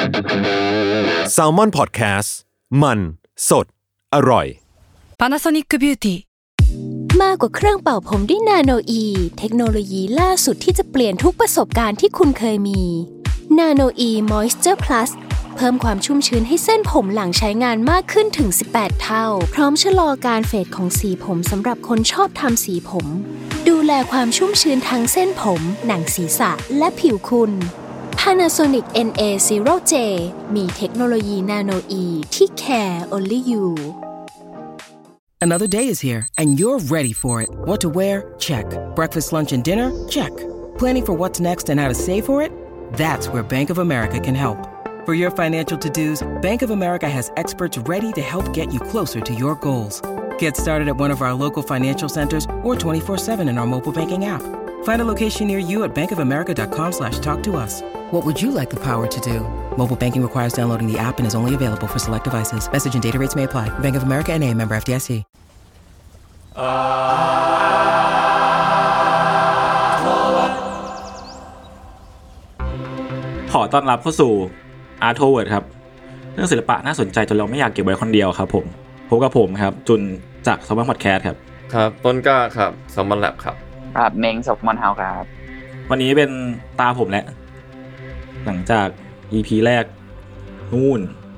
Salmon Podcast มันสดอร่อย Panasonic Beauty มากกว่าเครื่องเป่าผมด้วยนาโนอีเทคโนโลยีล่าสุดที่จะเปลี่ยนทุกประสบการณ์ที่คุณเคยมีนาโนอีมอยส์เจอร์พลัสเพิ่มความชุ่มชื้นให้เส้นผมหลังใช้งานมากขึ้นถึง18เท่าพร้อมชะลอการเฟดของสีผมสำหรับคนชอบทำสีผมดูแลความชุ่มชื้นทั้งเส้นผมหนังศีรษะและผิวคุณ Panasonic NA0J มีเทคโนโลยีนาโนอีที่ care only you Another day is here, and you're ready for it. What to wear? Check. Breakfast, lunch, and dinner? Check. Planning for what's next and how to save for it? That's where Bank of America can help. For your financial to-dos, Bank of America has experts ready to help get you closer to your goals. Get started at one of our local financial centers or 24/7 in our mobile banking app. Find a location near you at bankofamerica.com/talktous. What would you like the power to do? Mobile banking requires downloading the app and is only available for select devices. Message and data rates may apply. Bank of America NA, member FDIC. ขอต้อนรับเข้าสู่ Art Toward ครับเรื่องศิลปะน่าสนใจจนเราไม่อยากเก็บไว้คนเดียวครับผมพบกับผมครับจุนจาก Salmon Podcast ครับครับต้นกล้าครับ Salmon Lab ครับครับเม้ง Salmon House ครับวันนี้เป็นตาผมแล้วหลังจาก EP แรกนู่น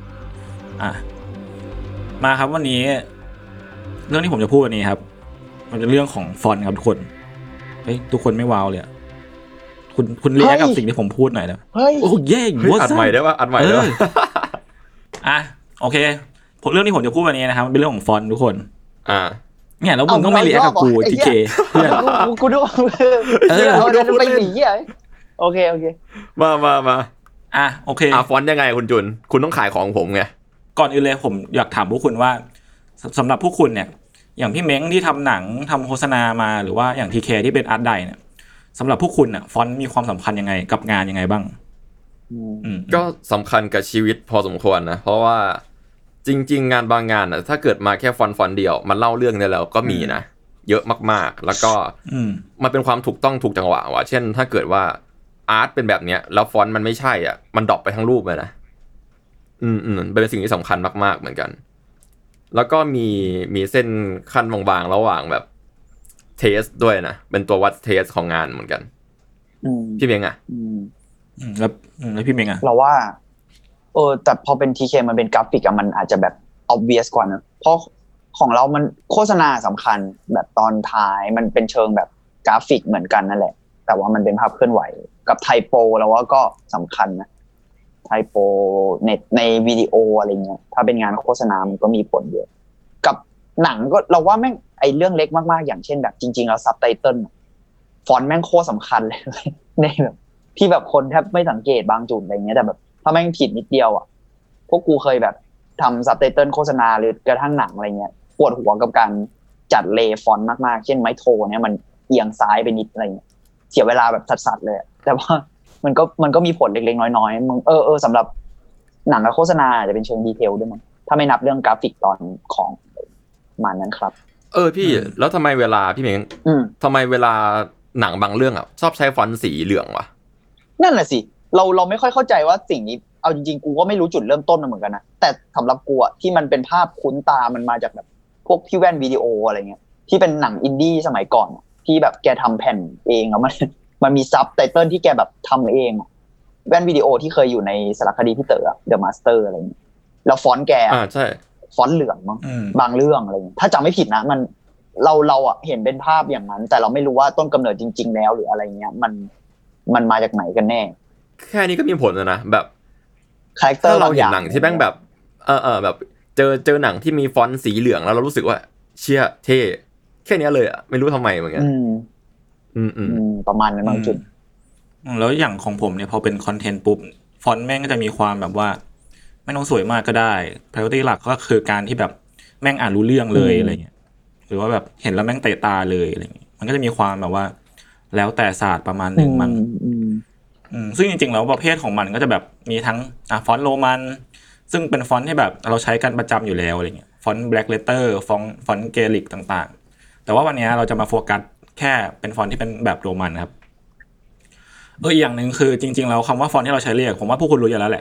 มาครับวันนี้เรื่องที่ผมจะพูดวันนี้ครับมันเป็นเรื่องของฟอนต์ครับทุกคนเฮ้ยทุกคนไม่ว้าวเลยคุณเรียกกับสิ่งที่ผมพูดหน่อยนะโอ้เย่อัดใหม่ได้ป่ะอัดใหม่ได้ป่ะโอเคเรื่องที่ผมจะพูดวันนี้นะครับมันเป็นเรื่องของฟอนต์ทุกคนเนี่ยแล้วมึงต้องไม่เรียกกับกูทีเคเพื่อนกูดูเอาไปหนีอ่ะโอเคมาโอเคฟอนต์ยังไงคุณจุนคุณต้องขายของผมไงก่อนอื่นเลยผมอยากถามพวกคุณว่าสำหรับพวกคุณเนี่ยอย่างพี่เม้งที่ทำหนังทำโฆษณามาหรือว่าอย่างทีเคที่เป็นอาร์ตไดเนี่ยสำหรับพวกคุณน่ะฟอนต์มีความสำคัญยังไงกับงานยังไงบ้างก็สำคัญกับชีวิตพอสมควรนะเพราะว่าจริงๆงานบางงานน่ะถ้าเกิดมาแค่ฟอนต์เดียวมันเล่าเรื่องได้แล้วก็มีนะเยอะมากๆแล้วก็มันเป็นความถูกต้องถูกจังหวะว่ะเช่นถ้าเกิดว่าอาร์ตเป็นแบบเนี้ยแล้วฟอนต์มันไม่ใช่อ่ะมันดรอปไปทั้งรูปเลยนะเป็นสิ่งที่สำคัญมากๆเหมือนกันแล้วก็มีเส้นขั้นบางๆระหว่างแบบเทสด้วยนะเป็นตัววัดเทสของงานเหมือนกันพี่เมงแล้วพี่เมงเราว่าแต่พอเป็น TK มันเป็นกราฟิกอะมันอาจจะแบบ obvious กว่านะเพราะของเรามันโฆษณาสำคัญแบบตอนท้ายมันเป็นเชิงแบบกราฟิกเหมือนกันนั่นแหละแต่ว่ามันเป็นภาพเคลื่อนไหวกับไทโปเราว่าก็สำคัญนะไทโปในวิดีโออะไรเงี้ยถ้าเป็นงานโฆษณามันก็มีผลเยอะกับหนังก็เราว่าแม่งไอเรื่องเล็กมากๆอย่างเช่นแบบจริงๆแล้วซับไตเติลฟอนต์แม่งโคตรสำคัญเลยในแบบที่แบบคนแทบไม่สังเกตบางจุดอะไรเงี้ยแต่แบบถ้าแม่งผิดนิดเดียวอ่ะพวกกูเคยแบบทำซับไตเติลโฆษณาหรือกระทั่งหนังอะไรเงี้ยปวดหัวกับการจัดเลย์ฟอนต์มากๆเช่นไม้โทเนี่ยมันเอียงซ้ายไปนิดอะไรเงี้ยเสียเวลาแบบสัสๆเลยแต่ว่ามันก็มีผลเล็กๆน้อยๆมึงสำหรับหนังกับโฆษณาจะเป็นเชิงดีเทลด้วยมั้งถ้าไม่นับเรื่องกราฟิกตอนของมันนั้นครับพี่แล้วทำไมเวลาพี่เม้งทำไมเวลาหนังบางเรื่องอ่ะชอบใช้ฟอนต์สีเหลืองวะนั่นแหละสิเราไม่ค่อยเข้าใจว่าสิ่งนี้เอาจริงๆกูก็ไม่รู้จุดเริ่มต้นเหมือนกันนะแต่สำหรับกูอ่ะที่มันเป็นภาพคุ้นตามันมาจากแบบพวกพี่แว่นวิดีโออะไรเงี้ยที่เป็นหนังอินดี้สมัยก่อนที่แบบแกทำแผ่นเองแล้วมันมีซับไตเติลที่แกแบบทำเองแว่นวิดีโอที่เคยอยู่ในสารคดีพี่เต๋อ The Master อะไรเงี้ยแล้วฟอนต์แกใช่ฟอนต์เหลืองมั้งบางเรื่องอะไรเงี้ยถ้าจำไม่ผิดนะมันเราอ่ะเห็นเป็นภาพอย่างนั้นแต่เราไม่รู้ว่าต้นกำเนิดจริงๆแล้วหรืออะไรเงี้ยมันมาจากไหนกันแน่แค่นี้ก็มีผลแล้วนะแบบคาแรคเตอร์เราเห็นหนังที่แม่งแบบแบบเจอหนังที่มีฟอนต์สีเหลืองแล้วเรารู้สึกว่าเชี่ยเท่แค่นี้เลยอ่ะไม่รู้ทำไมเหมือนกันประมาณนั้นบางจุดแล้วอย่างของผมเนี่ยพอเป็นคอนเทนต์ปุ๊บฟอนต์แม่งก็จะมีความแบบว่าไม่ต้องสวยมากก็ได้ priority หลักก็คือการที่แบบแม่งอ่านรู้เรื่องเลยอะไรเงี้ยหรือว่าแบบเห็นแล้วแม่งเตะตาเลยอะไรเงี้ยมันก็จะมีความแบบว่าแล้วแต่ศาสตร์ประมาณนึงมั้งซึ่งจริงๆแล้วประเภทของมันก็จะแบบมีทั้งฟอนต์โรมันซึ่งเป็นฟอนต์ที่แบบเราใช้กันประจำอยู่แล้วอะไรเงี้ยฟอนต์ black letter ฟอนต์เกลิกต่างๆแต่ว่าวันนี้เราจะมาโฟกัสแค่เป็นฟอนต์ที่เป็นแบบโรมันครับอีกอย่างนึงคือจริงๆแล้วคำว่าฟอนต์ที่เราใช้เรียกผมว่าพวกคุณรู้อยู่แล้วแหละ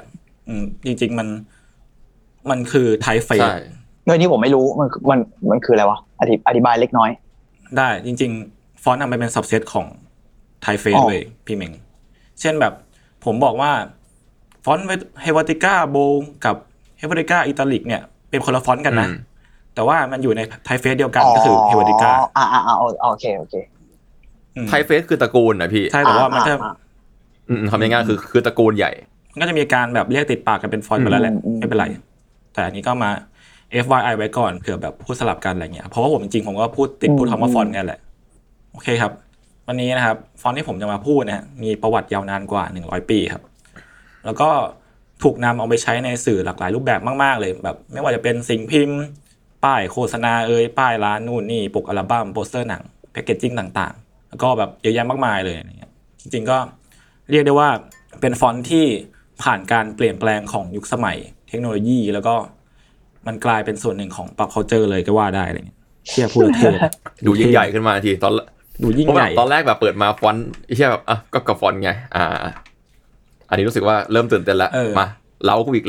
จริงๆมันคือไทเฟสเรื่องนี้ผมไม่รู้มันคืออะไรวะอธิบายเล็กน้อยได้จริงๆฟอนต์มันเป็นซับเซตของไทเฟสเลยพี่เมงเช่นแบบผมบอกว่าฟอนต์เฮวาติก้าโบกับเฮวาติก้าอิตาลิกเนี่ยเป็นคนละฟอนต์กันนะแต่ว่ามันอยู่ในไทเฟสเดียวกันก็คือเฮวาติก้าโอเคไทเฟสคือตระกูลนะพี่ใช่แต่ว่ามันจะทำง่ายๆคือตระกูลใหญ่มันก็จะมีการแบบเรียกติดปากกันเป็นฟอนต์ไปแล้วแหละไม่เป็นไรแต่อันนี้ก็มา FYI ไว้ก่อนเผื่อแบบพูดสลับกันอะไรเงี้ยเพราะว่าผมจริงๆผมก็พูดคำว่าฟอนต์กันแหละโอเคครับวันนี้นะครับฟอนต์ที่ผมจะมาพูดนะมีประวัติยาวนานกว่า100ปีครับแล้วก็ถูกนำเอาไปใช้ในสื่อหลากหลายรูปแบบมากๆเลยแบบไม่ว่าจะเป็นสิ่งพิมพ์ป้ายโฆษณาป้ายร้านนู่นนี่ปกอัลบั้มโปสเตอร์หนังแพคเกจจิ้งต่างๆแล้วก็แบบเยอะแยะมากมายเลยอย่างเงี้ยจริงๆก็เรียกได้ว่าเป็นฟอนต์ที่ผ่านการเปลี่ยนแปลงของยุคสมัยเทคโนโลยีแล้วก็มันกลายเป็นส่วนหนึ่งของpop cultureเลยก็ว่าได้อะไรเงี้ยเชี่ยพูดเท่ดูยิ่งใหญ่ขึ้นมาทีตอนดูยิ่งใหญ่ตอนแรกแบบเปิดมาฟอนต์เชี่ยแบบก็กับฟอนต์ไงอันนี้รู้สึกว่าเริ่มตื่นเต้นแล้วมาเล้ากูอีก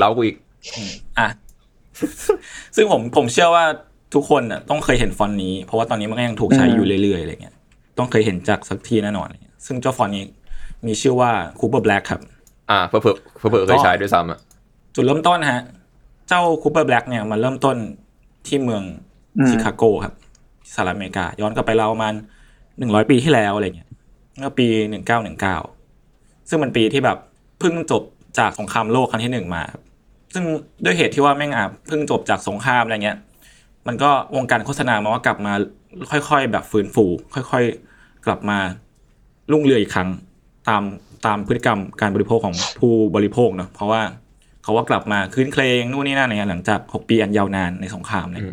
ซึ่งผมเชื่อว่าทุกคนน่ะต้องเคยเห็นฟอนต์นี้เพราะว่าตอนนี้มันก็ยังถูกใช้อยู่เรื่อยๆอะไรเงี้ยต้องเคยเห็นจากสักทีแน่นอนซึ่งเจ้าฟอนต์นี้มีชื่อว่า Cooper Black ครับเพิ่มเคยใช้ด้วยซ้ำจุดเริ่มต้นฮะเจ้า Cooper Black เนี่ยมันเริ่มต้นที่เมืองชิคาโกครับสหรัฐอเมริกาย้อนกลับไปประมาณ100ปีที่แล้วอะไรเงี้ยเมื่อปี1919ซึ่งมันปีที่แบบเพิ่งจบจากสงครามโลกครั้งที่1มาครับซึ่งด้วยเหตุที่ว่าแม่งเพิ่งจบจากสงครามอะไรเงี้ยมันก็วงการโฆษณามันก็กลับมาค่อยๆแบบฟื้นฟูค่อยๆกลับมารุ่งเรืองอีกครั้งตามพฤติกรรมการบริโภคของผู้บริโภคเนาะเพราะว่าเขาว่ากลับมาคืนเครงนู่นนี่นั่นเนี่ยหลังจาก6ปีอันยาวนานในสงครามเนี่ย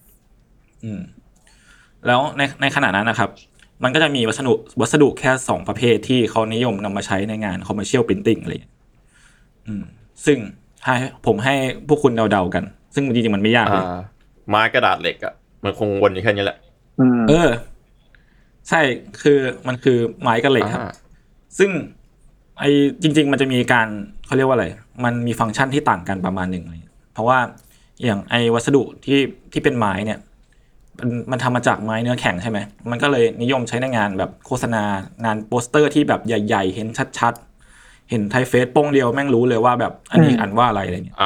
แล้วในขณะนั้นนะครับมันก็จะมีวัสดุแค่2ประเภทที่เขานิยมนำมาใช้ในงาน commercial printing อะไรอย่างเงี้ยซึ่งผมให้พวกคุณเดาๆกันซึ่งจริงๆมันไม่ยากเลยไม้กระดาษเหล็กอ่ะมันคงวนอยู่แค่นี้แหละใช่มันคือไม้กับเหล็กครับซึ่งจริงๆมันจะมีการเขาเรียกว่าอะไรมันมีฟังก์ชันที่ต่างกันประมาณนึงเลยเพราะว่าอย่างวัสดุที่เป็นไม้เนี่ยมันทำมาจากไม้เนื้อแข็งใช่ไหมมันก็เลยนิยมใช้ในงานแบบโฆษณางานโปสเตอร์ที่แบบใหญ่ๆเห็นชัดๆเห็นไทเฟสโป้งเดียวแม่งรู้เลยว่าแบบอันนี้อ่านว่าอะไรเงี้ย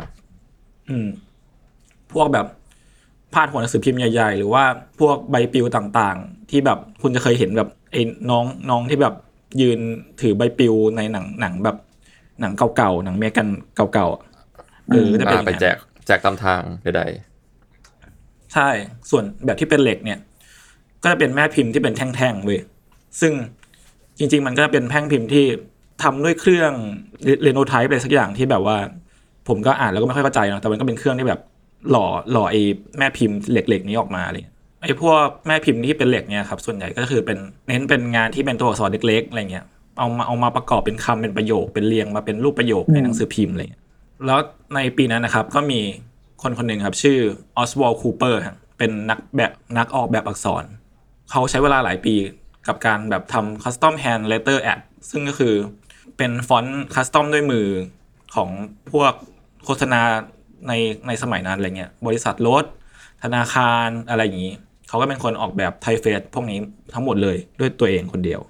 พวกแบบพาดหัวหนังสือพิมพ์ใหญ่ๆหรือว่าพวกใบปลิวต่างๆที่แบบคุณจะเคยเห็นแบบน้องที่แบบยืนถือใบปลิวในหนังแบบหนังเก่าๆหนังเมกันเก่าๆจะเป็นไปแจกตามทางใดๆใช่ส่วนแบบที่เป็นเหล็กเนี่ยก็จะเป็นแม่พิมพ์ที่เป็นแท่งๆเว้ยซึ่งจริงๆมันก็เป็นแท่งพิมพ์ที่ทำด้วยเครื่องเรโนไทป์อะไรสักอย่างที่แบบว่าผมก็อ่านแล้วก็ไม่ค่อยเข้าใจนะแต่มันก็เป็นเครื่องที่แบบหล่อไอ้แม่พิมพ์เหล็กๆนี้ออกมาอะไรไอ้พวกแม่พิมพ์ที่เป็นเหล็กเนี่ยครับส่วนใหญ่ก็คือเป็นเน้นเป็นงานที่เป็นตัวอักษรเล็กๆอะไรเงี้ยเอามาประกอบเป็นคำเป็นประโยคเป็นเรียงมาเป็นรูปประโยคในหนังสือพิมพ์อะไรเงี้ยแล้วในปีนั้นนะครับก็มีคนหนึ่งครับชื่อออสวอลด์คูเปอร์เป็นนักออกแบบอักษรเขาใช้เวลาหลายปีกับการแบบทำคัสตอมแฮนด์เลตเตอร์แอดซึ่งก็คือเป็นฟอนต์คัสตอมด้วยมือของพวกโฆษณาในสมัยนั้นอะไรเงี้ยบริษัทรถธนาคารอะไรอย่างนี้เขาก็เป็นคนออกแบบไทเฟสพวกนี้ทั้งหมดเลยด้วยตัวเองคนเดียว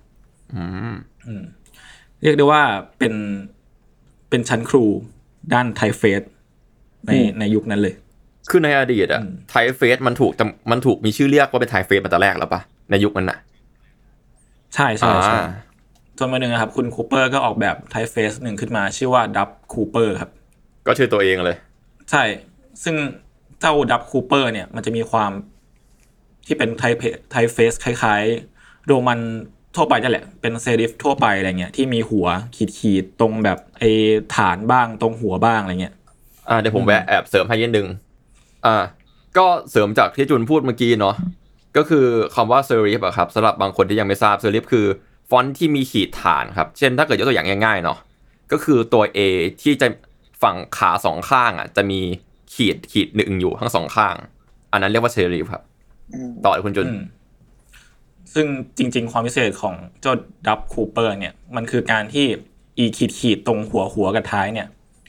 เรียกได้ว่าเป็นชั้นครูด้านไทเฟสในยุคนั้นเลยคือในอดีตไทเฟสมันถูกมีชื่อเรียกว่าเป็นไทเฟสมาแต่แรกแล้วปะในยุคนั้นน่ะใช่จนมาหนึ่งครับคุณคูเปอร์ก็ออกแบบไทเฟสหนึ่งขึ้นมาชื่อว่าดับคูเปอร์ครับก็ชื่อตัวเองเลยใช่ซึ่งเจ้าดับคูเปอร์เนี่ยมันจะมีความที่เป็นไทเฟสคล้ายๆโรมันทั่วไปนั่นแหละเป็นเซริฟทั่วไปอะไรเงี้ยที่มีหัวขีดตรงแบบฐานบ้างตรงหัวบ้างอะไรเงี้ยเดี๋ยวผมแวะแอบเสริมให้นิดนึงก็เสริมจากที่จุนพูดเมื่อกี้เนาะก็คือคำว่าเซริฟอะครับสำหรับบางคนที่ยังไม่ทราบเซริฟคือฟอนต์ที่มีขีดฐานครับเช่นถ้าเกิดยกตัวอย่างง่ายๆเนาะก็คือตัว A ที่จะฝั่งขาสองข้างจะมีขีดหนึ่งอยู่ทั้งสองข้างอันนั้นเรียกว่าเซริฟครับต่อเลยคุณจุนซึ่งจริงๆความพิเศษของเจ้าดับคูเปอร์เนี่ยมันคือการที่ขีดตรงหัวกับท้ายเนี่ย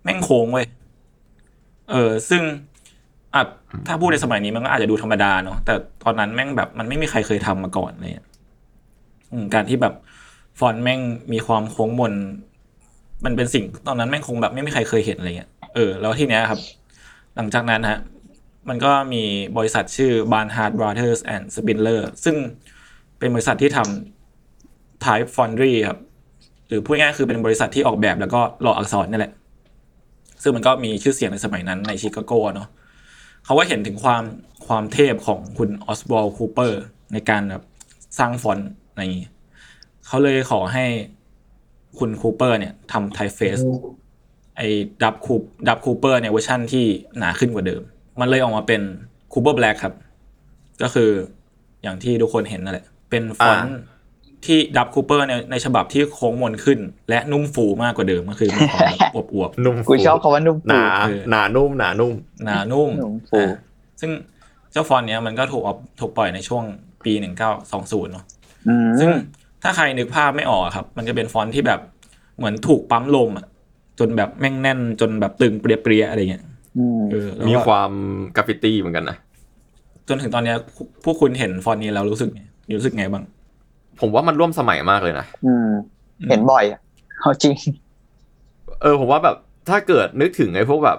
แม่งโค้งเว้ยซึ่งถ้าพูดในสมัยนี้มันก็อาจจะดูธรรมดาเนาะแต่ตอนนั้นแม่งแบบมันไม่มีใครเคยทำมาก่อนเลยการที่แบบฟอนต์แม่งมีความโค้งมนมันเป็นสิ่งตอนนั้นแม่งคงแบบไม่มีใครเคยเห็นอะไรเงี้ยแล้วทีเนี้ยครับหลังจากนั้นฮะมันก็มีบริษัทชื่อ Barnhart Brothers and Spindler ซึ่งเป็นบริษัทที่ทำ Type Foundry ครับหรือพูดง่ายๆคือเป็นบริษัทที่ออกแบบแล้วก็หล่ออักษรนี่แหละซึ่งมันก็มีชื่อเสียงในสมัยนั้นในชิคาโกเนาะเขาก็เห็นถึงความเทพของคุณออสวอลด์คูเปอร์ในการแบบสร้างฟอนต์อะไรอย่างนี้เขาเลยขอให้คุณคูเปอร์เนี่ยทำไทเฟสไอ้ดับคูเปอร์เนี่ยเวอร์ชั่นที่หนาขึ้นกว่าเดิมมันเลยออกมาเป็นคูเปอร์แบล็กครับก็คืออย่างที่ทุกคนเห็นนั่นแหละเป็นฟอนต์ที่ดับคูเปอร์ในฉบับที่โค้งมนขึ้นและนุ่มฟูมากกว่าเดิมก็คือมีความอวบๆนุ่มฟูกูชอบคำว่านุ่มฟูหนานุ่มฟูซึ่งเจ้าฟอนต์เนี้ยมันก็ถูกปล่อยในช่วงปี1920เนาะซึ่งถ้าใครนึกภาพไม่ออกครับมันจะเป็นฟอนต์ที่แบบเหมือนถูกปั๊มลมอ่ะจนแบบแม่งแน่นจนแบบตึงเปรี้ยๆอะไรเงี้ยมีความกราฟฟิตี้เหมือนกันนะจนถึงตอนนี้พวกคุณเห็นฟอนต์นี้แล้วรู้สึกไงบ้างผมว่ามันร่วมสมัยมากเลยนะเห็นบ่อยเอาจริงผมว่าแบบถ้าเกิดนึกถึงไอ้พวกแบบ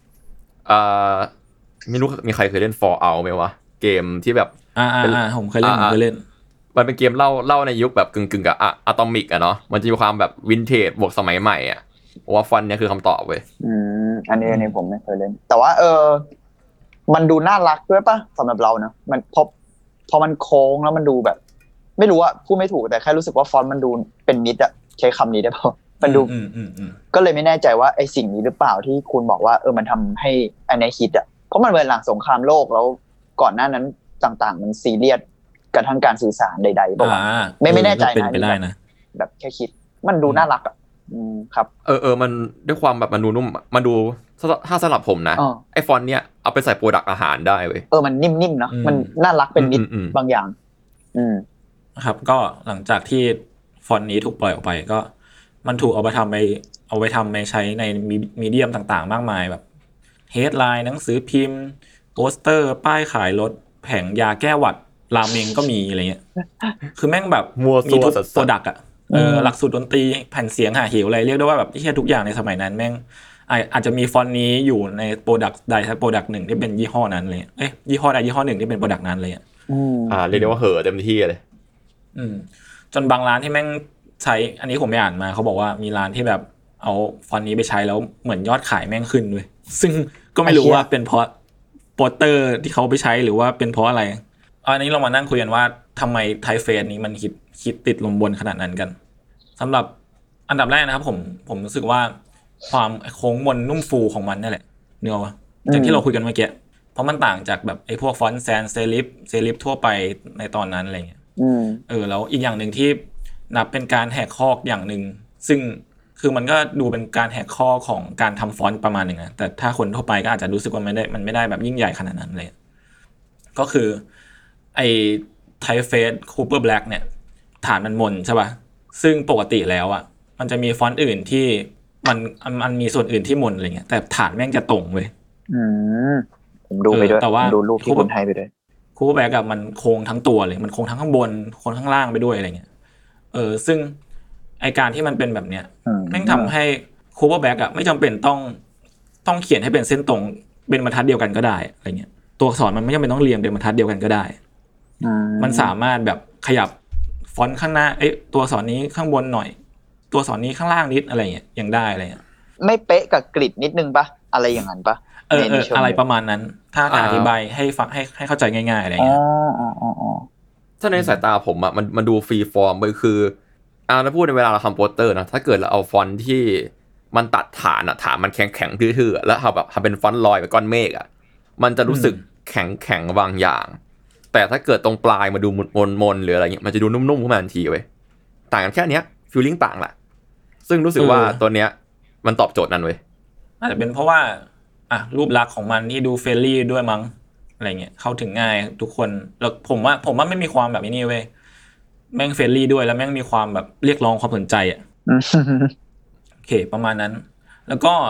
ไม่รู้มีใครเคยเล่น Fallout มั้ยวะเกมที่แบบผมเคยเล่นมันเป็นเกมเล่าในยุคแบบกึ่งๆกับอะตอมิกอะเนาะมันจะมีความแบบวินเทจบวกสมัยใหม่อะว่าฟอนต์เนี่ยคือคำตอบเว้ยอันนี้ผมไม่เคยเล่นแต่ว่ามันดูน่ารักด้วยป่ะสำหรับเราเนาะมันพอมันโค้งแล้วมันดูแบบไม่รู้อะพูดไม่ถูกแต่แค่รู้สึกว่าฟอนต์มันดูเป็นมิตรอะใช้คำนี้ได้ป่ะมันดูก็เลยไม่แน่ใจว่าไอ้สิ่งนี้หรือเปล่าที่คุณบอกว่ามันทำให้อันนี้ฮิตอะเพราะมันเป็นหลังสงครามโลกแล้วก่อนหน้านั้นต่างๆมันซีเรียสกระทั่งการสื่อสารใดๆป่ะไม่แน่ใจนะแบบแค่คิดมันดูน่ารักอ่ะครับมันด้วยความแบบมันดูนุ่มมันดูถ้าสำหรับผมนะไอ้ฟอนต์เนี้ยเอาไปใส่โปรดักต์อาหารได้เว้ยมันนิ่มๆเนาะมันน่ารักเป็นมิตรบางอย่างครับก็หลังจากที่ฟอนต์นี้ถูกปล่อยออกไปก็มันถูกเอาไปทำไปใช้ในมีเดียมต่างๆมากมายแบบเฮดไลน์หนังสือพิมพ์โปสเตอร์ป้ายขายรถแผงยาแก้หวัดราเมงก็มีอะไรเงี้ยคือแม่งแบบมีทุกโปรดักต์อ่ะหลักสูตรดนตรีแผ่นเสียงหาหิวอะไรเรียกได้ว่าแบบที่ทุกอย่างในสมัยนั้นแม่งอาจจะมีฟอนต์นี้อยู่ในโปรดักต์ใดสักโปรดักต์หนึ่งที่เป็นยี่ห้อนั้นเลยยี่ห้อใดยี่ห้อหนึ่งที่เป็นโปรดักต์นั้นเลยเรียกได้ว่าเหอะเต็มที่เลยจนบางร้านที่แม่งใช้อันนี้ผมไปอ่านมาเขาบอกว่ามีร้านที่แบบเอาฟอนต์นี้ไปใช้แล้วเหมือนยอดขายแม่งขึ้นด้วยซึ่งก็ไม่รู้ว่าเป็นเพราะโปสเตอร์ที่เขาไปใช้หรือว่าเป็นเพราะอะไรอันนี้เรามานั่งคุยกันว่าทำไมไทเฟสนี้มันคิดติดลมบนขนาดนั้นกันสำหรับอันดับแรกนะครับผมรู้สึกว่าความโค้งมนนุ่มฟูของมันนี่แหละเนื้อจากที่เราคุยกันเมื่อกี้เพราะมันต่างจากแบบไอ้พวกฟอนต์แซนเซลิฟทั่วไปในตอนนั้นอะไรเงี้ยแล้วอีกอย่างหนึ่งที่นับเป็นการแหกข้ออย่างหนึ่งซึ่งคือมันก็ดูเป็นการแหกข้อของการทำฟอนต์ประมาณหนึ่งนะแต่ถ้าคนทั่วไปก็อาจจะรู้สึกว่ามันไม่ได้แบบยิ่งใหญ่ขนาดนั้นเลยก็คือไอ้ไทเฟสคูเปอร์แบล็กเนี่ยฐานมันมนใช่ป่ะซึ่งปกติแล้วอ่ะมันจะมีฟอนต์อื่นที่มันมีส่วนอื่นที่มนอะไรเงี้ยแต่ฐานแม่งจะตรงเว้ยผมดูไปด้วยแต่ว่าดูรูปที่คนไทยไปด้วยคูเปอร์แบล็กอะมันโค้งทั้งตัวเลยมันโค้งทั้งข้างบนโค้งข้างล่างไปด้วยอะไรเงี้ยซึ่งไอการที่มันเป็นแบบเนี้ยแม่งทำให้คูเปอร์แบล็กอะไม่จำเป็นต้องเขียนให้เป็นเส้นตรงเป็นบรรทัดเดียวกันก็ได้อะไรเงี้ยตัวอักษรมันไม่จำเป็นต้องเรียงเป็นบรรทัดเดียวกันก็ได้มันสามารถแบบขยับฟอนต์ข้างหน้าตัวอักษรนี้ข้างบนหน่อยตัวอักษรนี้ข้างล่างนิดอะไรเงี้ยยังได้อะไรเงี้ยไม่เป๊ะกับกริดนิดนึงปะอะไรอย่างนั้นปะอะไรประมาณนั้นถ้าอธิบายให้ฟังให้เข้าใจง่ายๆอะไรเงี้ยถ้าในสายตาผมอ่ะมันดูฟรีฟอร์มไปคือถ้าพูดในเวลาเราทำโปสเตอร์นะถ้าเกิดเราเอาฟอนต์ที่มันตัดฐานมันแข็งๆทื่อๆแล้วเอาแบบทำเป็นฟอนต์ลอยไปก้อนเมฆอ่ะมันจะรู้สึกแข็งบางอย่างแต่ถ้าเกิดตรงปลายมาดูมนหรืออะไรเงี้ยมันจะดูนุ่มๆขึ้นมาทันทีเว้ยต่างกันแค่เนี้ยฟีลลิ่งต่างแหละซึ่งรู้สึกว่าตัวเนี้ยมันตอบโจทย์นั้นเว้ยอาจจะเป็นเพราะว่ารูปลักษณ์ของมันที่ดูเฟรนลี่ด้วยมั้งอะไรเงี้ยเข้าถึงง่ายทุกคนแล้วผมว่าไม่มีความแบบนี้เว้ยแม่งเฟรนลี่ด้วยแล้วแม่งมีความแบบเรียกร้องความสนใจโอเคประมาณนั้นแล้วก็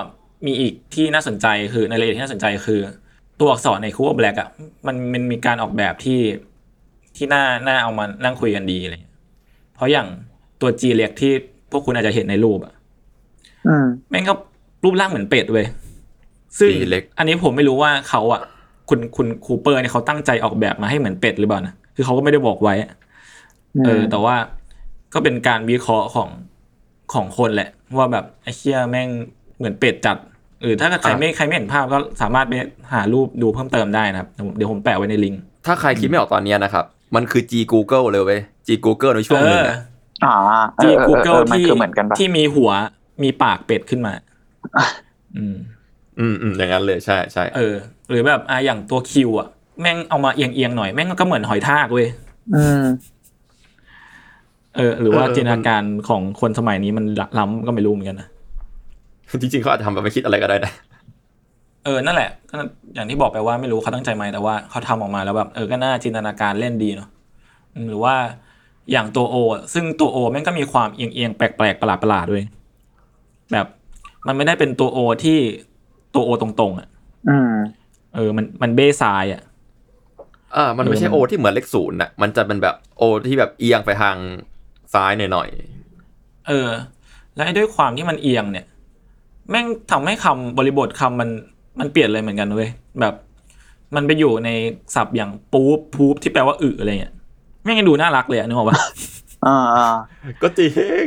มีอีกที่น่าสนใจคือในรายละเอียดที่น่าสนใจคือตัวอักษรใน Cool Black อ่ะมันมีการออกแบบที่น่าเอามานั่งคุยกันดีอะไรเงี้ยเพราะอย่างตัว G เล็กที่พวกคุณอาจจะเห็นในรูปอ่ะแม่งก็รูปร่างเหมือนเป็ดเว้ยซึ่งอันนี้ผมไม่รู้ว่าเขาอ่ะคุณคูเปอร์เนี่ยเขาตั้งใจออกแบบมาให้เหมือนเป็ดหรือเปล่านะคือเขาก็ไม่ได้บอกไว้แต่ว่าก็เป็นการวิเคราะห์ของคนแหละว่าแบบไอ้เหี้ยแม่งเหมือนเป็ดจัดถ้าใครไม่เห็นภาพก็สามารถไปหารูปดูเพิ่มเติมได้นะครับเดี๋ยวผมแปะไว้ในลิงก์ถ้าใครคิดไม่ออกตอนนี้นะครับมันคือ G Google เลยเว้ย G Google ในช่วงนึง G Google ที่มีหัวมีปากเป็ดขึ้นมาอย่างนั้นเลยใช่ใช่หรือแบบอย่างตัวคิวอ่ะแม่งเอามาเอียงหน่อยแม่งก็เหมือนหอยทากเว้ยหรือว่าจินตนาการของคนสมัยนี้มันล้ำก็ไม่รู้เหมือนกันนะจริงๆเขาอาจจะทำแบบไม่คิดอะไรก็ได้นะนั่นแหละก็อย่างที่บอกไปว่าไม่รู้เขาตั้งใจไหมแต่ว่าเขาทำออกมาแล้วแบบก็น่าจินตนาการเล่นดีเนาะหรือว่าอย่างตัวโอซึ่งตัวโอแม่งก็มีความเอียงแปลกๆประหลาดๆด้วยแบบมันไม่ได้เป็นตัวโอที่ตัวโอตรงๆอ่ะมันเบ้ซ้ายอ่ะมันไม่ใช่โอที่เหมือนเลข0น่ะมันจะเป็นแบบโอที่แบบเอียงไปทางซ้ายหน่อยและด้วยความที่มันเอียงเนี่ยแม่งทำให้คำบริบทคำมันเปลี่ยนเลยเหมือนกันเว้ยแบบมันไปอยู่ในศัพท์อย่างปู๊บที่แปลว่าอะไรเงี้ยแม่งยังดูน่ารักเลยนึกออกป่ะก็จริง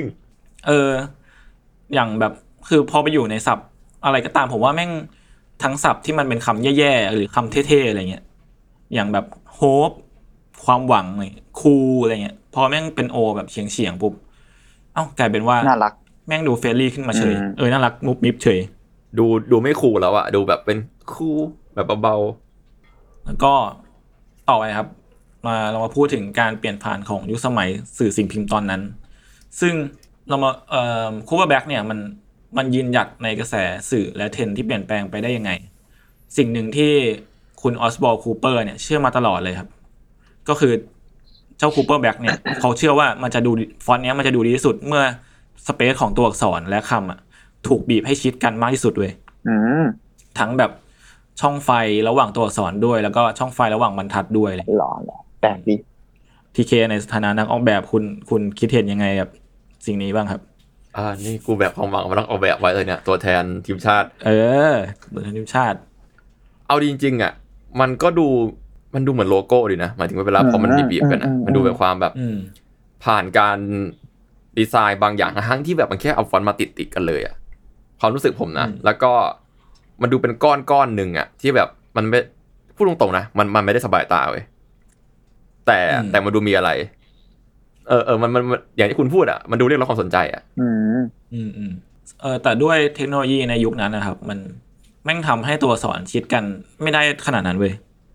อย่างแบบคือพอไปอยู่ในศัพท์อะไรก็ตามผมว่าแม่งทั้งศัพท์ที่มันเป็นคำแย่ๆหรือคำเท่ๆอะไรเงี้ยอย่างแบบโฮปความหวังอะไรคูลอะไรเงี้ยพอแม่งเป็นโอแบบเฉียงปุ๊บกลายเป็นว่าน่ารักแม่งดูเฟรนลี่ขึ้นมาเฉยน่ารักมุบมิบเฉยดูไม่คูลแล้วอะดูแบบเป็นคูลแบบเบาๆแล้วก็ต่อไปครับเรามาพูดถึงการเปลี่ยนผ่านของยุคสมัยสื่อสิ่งพิมพ์ตอนนั้นซึ่งเรามาคูเปอร์แบ็กเนี่ยมันยืนหยัดในกระแสสื่อและเทรนด์ที่เปลี่ยนแปลงไปได้ยังไงสิ่งหนึ่งที่คุณออสบอลคูเปอร์เนี่ยเชื่อมาตลอดเลยครับก็คือเจ้าคูเปอร์แบ็กเนี่ยเขาเชื่อว่ามันจะดูฟอนต์เนี้ยมันจะดูดีที่สุดเมื่อสเปซของตัวอักษรและคำถูกบีบให้ชิดกันมากที่สุดเว้ยทั้งแบบช่องไฟระหว่างตัวอักษรด้วยแล้วก็ช่องไฟระหว่างบรรทัดด้วยเลยหรอแปลกดีทีเคในฐานะนักออกแบบคุณคิดเห็นยังไงกับสิ่งนี้บ้างครับนี่กูแบบความหวังมันต้องออกแบบไว้เลยเนี่ยตัวแทนทีมชาติตัวแทนทีมชาติเอาจริงๆอ่ะมันดูเหมือนโลโก้ดีนะหมายถึงเวลาพอมันบีบกันอ่ะมันดูแบบความแบบผ่านการดีไซน์บางอย่างทั้งที่แบบมันแค่เอาฟอนต์มาติดกันเลยอ่ะความรู้สึกผมนะแล้วก็มันดูเป็นก้อนนึงอ่ะที่แบบมันไม่พูดตรงๆนะมันไม่ได้สบายตาเว้ยแต่มันดูมีอะไรมันอย่างที่คุณพูดอ่ะมันดูเรียกร้องความสนใจอ่ะแต่ด้วยเทคโนโลยีในยุคนั้นนะครับมันแม่งทำให้ตัวสอนชิดกันไม่ได้ขนาดนั้นเว้ย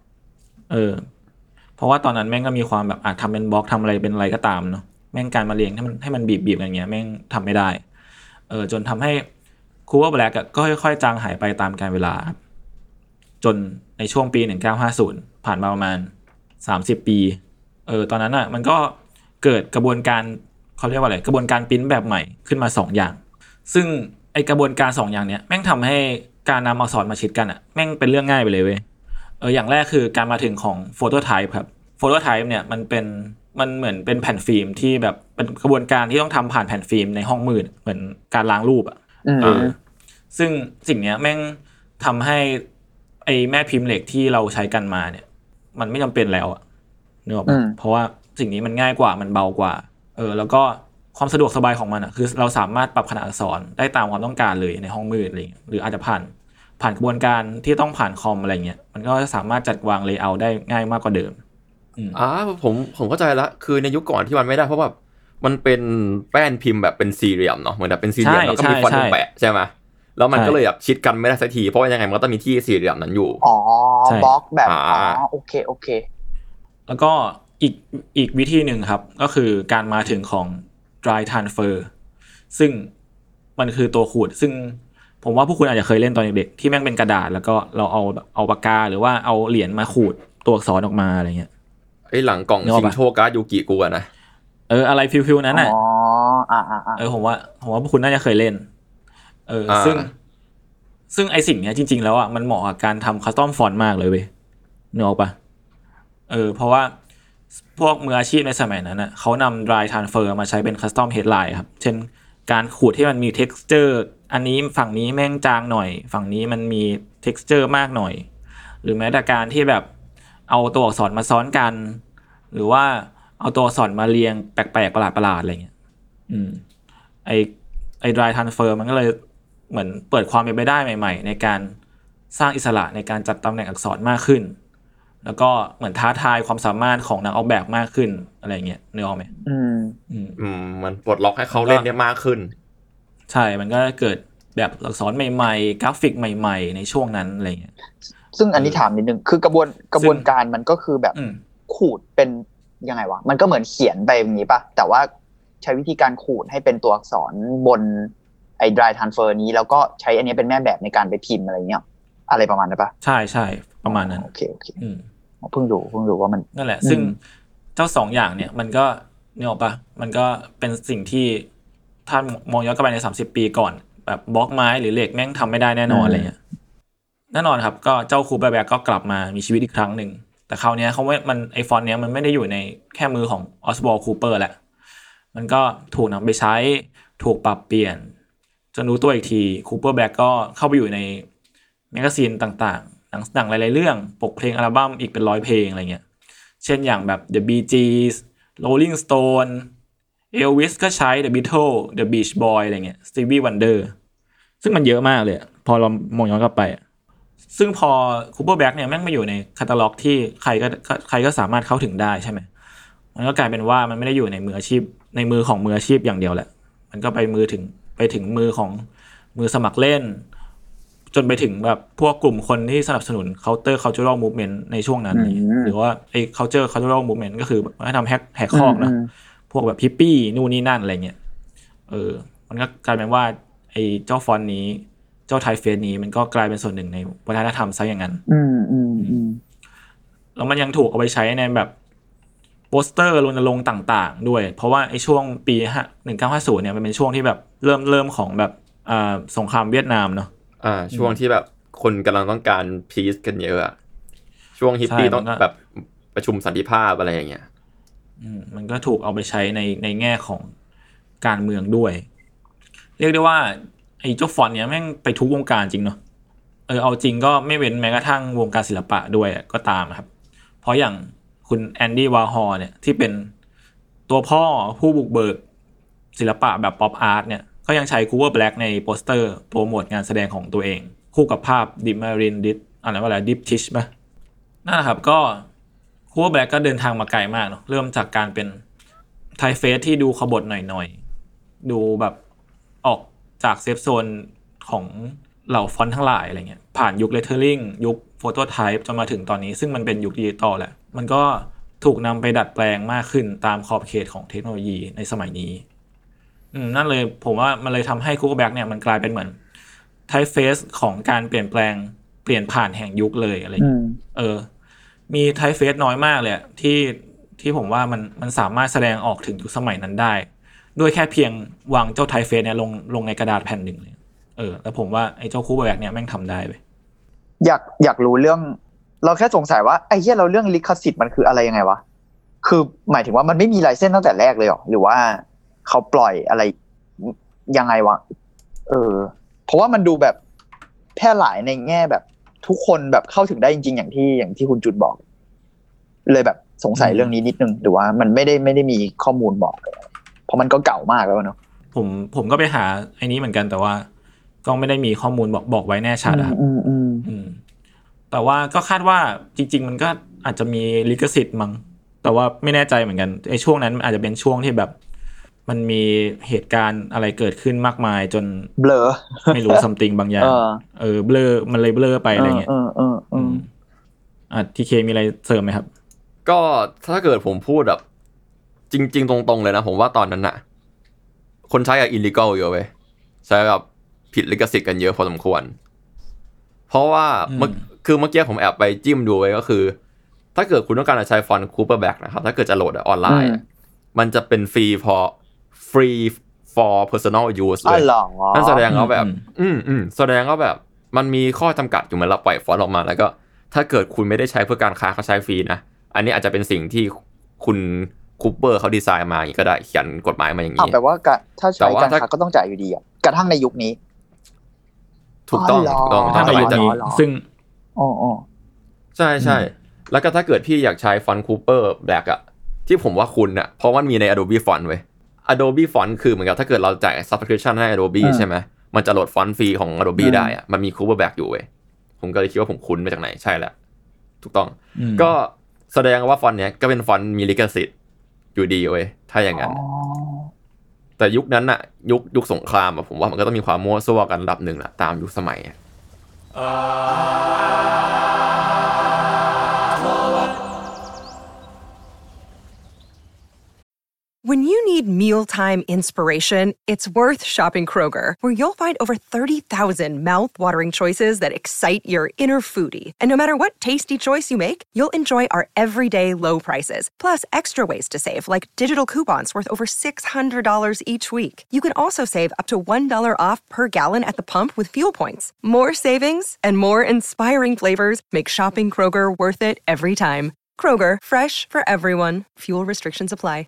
เพราะว่าตอนนั้นแม่งก็มีความแบบทำเป็นบล็อกทำอะไรเป็นอะไรก็ตามเนาะแม่งการมาเรียงให้มันบีบอย่างเงี้ยแม่งทำไม่ได้จนทำให้คูเปอร์แบล็กก็ค่อยๆจางหายไปตามกาลเวลาครับจนในช่วงปี1950ผ่านมาประมาณ30ปีตอนนั้นอ่ะมันก็เกิดกระบวนการเขาเรียกว่าอะไรกระบวนการปริ้นแบบใหม่ขึ้นมา2อย่างซึ่งไอกระบวนการ2อย่างเนี้ยแม่งทำให้การนำอักษรมาชิดกันอ่ะแม่งเป็นเรื่องง่ายไปเลยเว้ยอย่างแรกคือการมาถึงของโฟโตไทป์ครับโฟโตไทป์เนี่ยมันเหมือนเป็นแผ่นฟิล์มที่แบบเป็นกระบวนการที่ต้องทำผ่านแผ่นฟิล์มในห้องมืดเหมือนการล้างรูปอ่ะซึ่งสิ่งเนี้ยแม่งทำให้ไอแม่พิมพ์เหล็กที่เราใช้กันมาเนี่ยมันไม่จำเป็นแล้วอ่ะนึกออกป่ะเพราะว่าสิ่งนี้มันง่ายกว่ามันเบากว่าแล้วก็ความสะดวกสบายของมันอ่ะคือเราสามารถปรับขนาดอักษรได้ตามความต้องการเลยในห้องมืดอะไรอย่างเงี้ยหรืออาจจะผ่านกระบวนการที่ต้องผ่านคอมอะไรเงี้ยมันก็จะสามารถจัดวางเลเยอร์ได้ง่ายมากกว่าเดิมผมเข้าใจละคือในยุคก่อนที่มันไม่ได้เพราะว่ามันเป็นแป้นพิมพ์แบบเป็นสี่เหลี่ยมเนาะเหมือนแบบเป็นสี่เหลี่ยมแล้วก็มีฟอนต์แปะใช่ไหมแล้วมันก็เลยแบบชิดกันไม่ได้สักทีเพราะว่ายังไงมันก็ต้องมีที่สี่เหลี่ยมนั้นอยู่บล็อกแบบโอเคแล้วก็อีกวิธีหนึ่งครับก็คือการมาถึงของ dry transfer ซึ่งมันคือตัวขูดซึ่งผมว่าพวกคุณอาจจะเคยเล่นตอนเด็กๆที่แม่งเป็นกระดาษแล้วก็เราเอาปากกาหรือว่าเอาเหรียญมาขูดตัวอักษรออกมาอะไรเงี้ยไอ้หลังกล่องชิงโชการ์ดยูกิกูอะนะอะไรฟิวๆนั้นน่ะผมว่าพวกคุณน่าจะเคยเล่นซึ่งซึ่งไอสิ่งเนี้ยจริงๆแล้วอ่ะมันเหมาะกับการทำคัสตอมฟอนต์มากเลยเว้ยนึกออกปะเพราะว่าพวกมืออาชีพในสมัยนั้นน่ะเขานำ dry transfer มาใช้เป็น custom headline ครับเช่นการขูดที่มันมี texture อันนี้ฝั่งนี้แม่งจางหน่อยฝั่งนี้มันมี texture มากหน่อยหรือแม้แต่การที่แบบเอาตัวอักษรมาซ้อนกันหรือว่าเอาตัวอักษรมาเรียงแปลกๆประหลาดๆอะไรเงี้ยไอ dry transfer มันก็เลยเหมือนเปิดความเป็นไปได้ใหม่ๆในการสร้างอิสระในการจัดตำแหน่งอักษรมากขึ้นแล้วก็เหมือนท้าทายความสามารถของนักออกแบบมากขึ้นอะไรเงี้ยนึกออกไหมมันปลดล็อกให้เขาเล่นได้มากขึ้นใช่มันก็เกิดแบบอักษรใหม่ๆกราฟิกใหม่ๆในช่วงนั้นอะไรเงี้ยซึ่งอันนี้ถามนิดนึงคือกระบวนการมันก็คือแบบขูดเป็นยังไงวะมันก็เหมือนเขียนไปอย่างนี้ป่ะแต่ว่าใช้วิธีการขูดให้เป็นตัวอักษรบนไอ้ dry transfer นี้แล้วก็ใช้อันนี้เป็นแม่แบบในการไปพิมพ์อะไรเงี้ยอะไรประมาณนั้นป่ะใช่ๆประมาณนั้นโอเคเพิ่งรู้ว่ามันนั่นแหละซึ่งเจ้า2อย่างเนี่ยมันก็นึกออกป่ะมันก็เป็นสิ่งที่ถ้ามองย้อนกลับไปใน30ปีก่อนแบบบล็อกไม้หรือเหล็กแม่งทำไม่ได้แน่นอนอะไรเงี้ยแน่นอนครับก็เจ้าคูเปอร์แบ็กก็กลับมามีชีวิตอีกครั้งนึงแต่คราวนี้เขามันไอฟอนต์เนี้ยมันไม่ได้อยู่ในแค่มือของออสวอลด์คูเปอร์แหละมันก็ถูกนำไปใช้ถูกปรับเปลี่ยนจนรู้ตัวอีกทีคูเปอร์แบ็กก็เข้าไปอยู่ในแมกกาซีนต่างๆหนังหลายๆเรื่องปกเพลงอัลบั้มอีกเป็น100เพลงอะไรเงี้ยเช่นอย่างแบบ The Bee Gees Rolling Stone Elvis ก็ใช้ The Beatles The Beach Boys อะไรเงี้ย Stevie Wonder ซึ่งมันเยอะมากเลยพอเรามองย้อนกลับไปซึ่งพอ Cooper Black เนี่ยแม่งมาอยู่ในคาตาล็อกที่ใครก็สามารถเข้าถึงได้ใช่ไหมมันก็กลายเป็นว่ามันไม่ได้อยู่ในมืออาชีพในมือของมืออาชีพอย่างเดียวแหละมันก็ไปถึงมือของมือสมัครเล่นจนไปถึงแบบพวกกลุ่มคนที่สนับสนุน counter cultural movement ในช่วงนั้นหรือว่าไอ้ cultural movement ก็คือให้ทำแฮกคอกนะพวกแบบฮิปปี้นู่นนี่นั่นอะไรเงี้ยมันก็กลายเป็นว่าไอ้เจ้าฟอนต์นี้เจ้าไทเฟสนี้มันก็กลายเป็นส่วนหนึ่งในวัฒนธรรมซะอย่างนั้นแล้วมันยังถูกเอาไปใช้ในแบบโปสเตอร์รณรงค์ต่างๆด้วยเพราะว่าไอ้ช่วงปี1950เนี่ยมันเป็นช่วงที่แบบเริ่มของแบบสงครามเวียดนามเนาะช่วงที่แบบคนกำลังต้องการพีซกันเยอะอะช่วงฮิปปี้ต้องแบบประชุมสันติภาพอะไรอย่างเงี้ยมันก็ถูกเอาไปใช้ในแง่ของการเมืองด้วยเรียกได้ว่าไอ้เจ้าฟอนต์เนี้ยแม่งไปทุกวงการจริงเนาะเอาจริงก็ไม่เว้นแม้กระทั่งวงการศิลปะด้วยก็ตามครับเพราะอย่างคุณแอนดี้วาร์ฮอลเนี่ยที่เป็นตัวพ่อผู้บุกเบิกศิลปะแบบป๊อปอาร์ตเนี่ยก็ยังใช้คูเวอร์แบล็กในโปสเตอร์โปรโมทงานแสดงของตัวเองคู่กับภาพดิมารินดิอะไรดิฟทิชป่ะนั่นแหละครับก็คูเวอร์แบล็กก็เดินทางมาไกลมากเนาะเริ่มจากการเป็นไทเฟสที่ดูขบถหน่อยๆดูแบบออกจากเซฟโซนของเหล่าฟอนต์ทั้งหลายอะไรเงี้ยผ่านยุคเลเทอร์ลิงยุคโฟโตไทป์จนมาถึงตอนนี้ซึ่งมันเป็นยุคดิจิตอลแหละมันก็ถูกนำไปดัดแปลงมากขึ้นตามขอบเขตของเทคโนโลยีในสมัยนี้นั่นเลยผมว่ามันเลยทำให้ Google Back เนี่ยมันกลายเป็นเหมือนไทป์เฟสของการเปลี่ยนแปลงเปลี่ยนผ่านแห่งยุคเลยอะไรมีไทป์เฟสน้อยมากเลยที่ผมว่ามันสามารถแสดงออกถึงยุคสมัยนั้นได้ด้วยแค่เพียงวางเจ้าไทป์เฟสเนี่ยลงในกระดาษแผ่นหนึ่งเลยแล้วผมว่าไอ้เจ้า Google Back เนี่ยแม่งทำได้ไปอยากรู้เรื่องเราแค่สงสัยว่าไอ้เหี้ยเราเรื่องลิขสิทธิ์มันคืออะไรยังไงวะคือหมายถึงว่ามันไม่มีไลเซนส์ตั้งแต่แรกเลยหรอหรือว่าเขาปล่อยอะไรยังไงวะเพราะว่ามันดูแบบแพร่หลายในแง่แบบทุกคนแบบเข้าถึงได้จริงๆอย่างที่คุณจุดบอกเลยแบบสงสัยเรื่องนี้นิดนึงหรือว่ามันไม่ได้มีข้อมูลบอกเพราะมันก็เก่ามากแล้วเนาะผมก็ไปหาไอ้นี้เหมือนกันแต่ว่าก็ไม่ได้มีข้อมูลบอกไว้แน่ชัดครับแต่ว่าก็คาดว่าจริงๆมันก็อาจจะมีลิขสิทธิ์มั้งแต่ว่าไม่แน่ใจเหมือนกันไอ้ช่วงนั้นอาจจะเป็นช่วงที่แบบมันมีเหตุการณ์อะไรเกิดขึ้นมากมายจนเบลอไม่รู้ซัมติงบางอย่างเบลอมันเลยเบลอไปอะไรเงี้ยทีเคมีอะไรเสริมไหมครับก็ถ้าเกิดผมพูดแบบจริงๆตรงๆเลยนะผมว่าตอนนั้นน่ะคนใช้อิลลีกัลเยอะเว้ยใช้แบบผิดลิขสิทธิ์กันเยอะพอสมควรเพราะว่าเมื่อกี้ผมแอบไปจิ้มดูไว้ก็คือถ้าเกิดคุณต้องการจะใช้ฟอนต์ Cooper Back นะครับถ้าเกิดจะโหลดออนไลน์มันจะเป็นฟรี for personal use เลยนั่นแสดงว่าแบบแสดงว่าแบบมันมีข้อจำกัดอยู่เหมือนเราปล่อยฟอนต์ออกมาแล้วก็ถ้าเกิดคุณไม่ได้ใช้เพื่อการค้าเขาใช้ฟรีนะอันนี้อาจจะเป็นสิ่งที่คุณคูเปอร์เขาดีไซน์มาอย่างนี้ก็ได้เขียนกฎหมายมาอย่างนี้แปลว่าถ้าใช้การค้าก็ต้องจ่ายอยู่ดีอ่ะกระทั่งในยุคนี้ถูกต้องในยุคนี้ซึ่งใช่ๆแล้วก็ถ้าเกิดพี่อยากใช้ฟอนต์คูเปอร์แบล็กอ่ะที่ผมว่าคุณอ่ะเพราะมันมีใน Adobe Font เว้ย Adobe Font คือเหมือนกับถ้าเกิดเราจ่าย subscription ให้ Adobe ใช่ไหมมันจะโหลดฟอนต์ฟรีของ Adobe ได้อ่ะมันมี Cover Black อยู่เว้ยผมก็เลยคิดว่าผมคุ้นมาจากไหนใช่แล้วถูกต้องก็แสดงว่าฟอนต์เนี้ยก็เป็นฟอนต์มีลิขสิทธิ์อยู่ดีเว้ยถ้าอย่างนั้นแต่ยุคนั้นน่ะยุคสงครามอ่ะผมว่ามันก็ต้องมีความมั่วซั่วกันระดับนึงแหละตามยุคสมัย When you need mealtime inspiration, it's worth shopping Kroger, where you'll find over 30,000 mouth-watering choices that excite your inner foodie. And no matter what tasty choice you make, you'll enjoy our everyday low prices, plus extra ways to save, like digital coupons worth over $600 each week. You can also save up to $1 off per gallon at the pump with fuel points. More savings and more inspiring flavors make shopping Kroger worth it every time. Kroger, fresh for everyone. Fuel restrictions apply.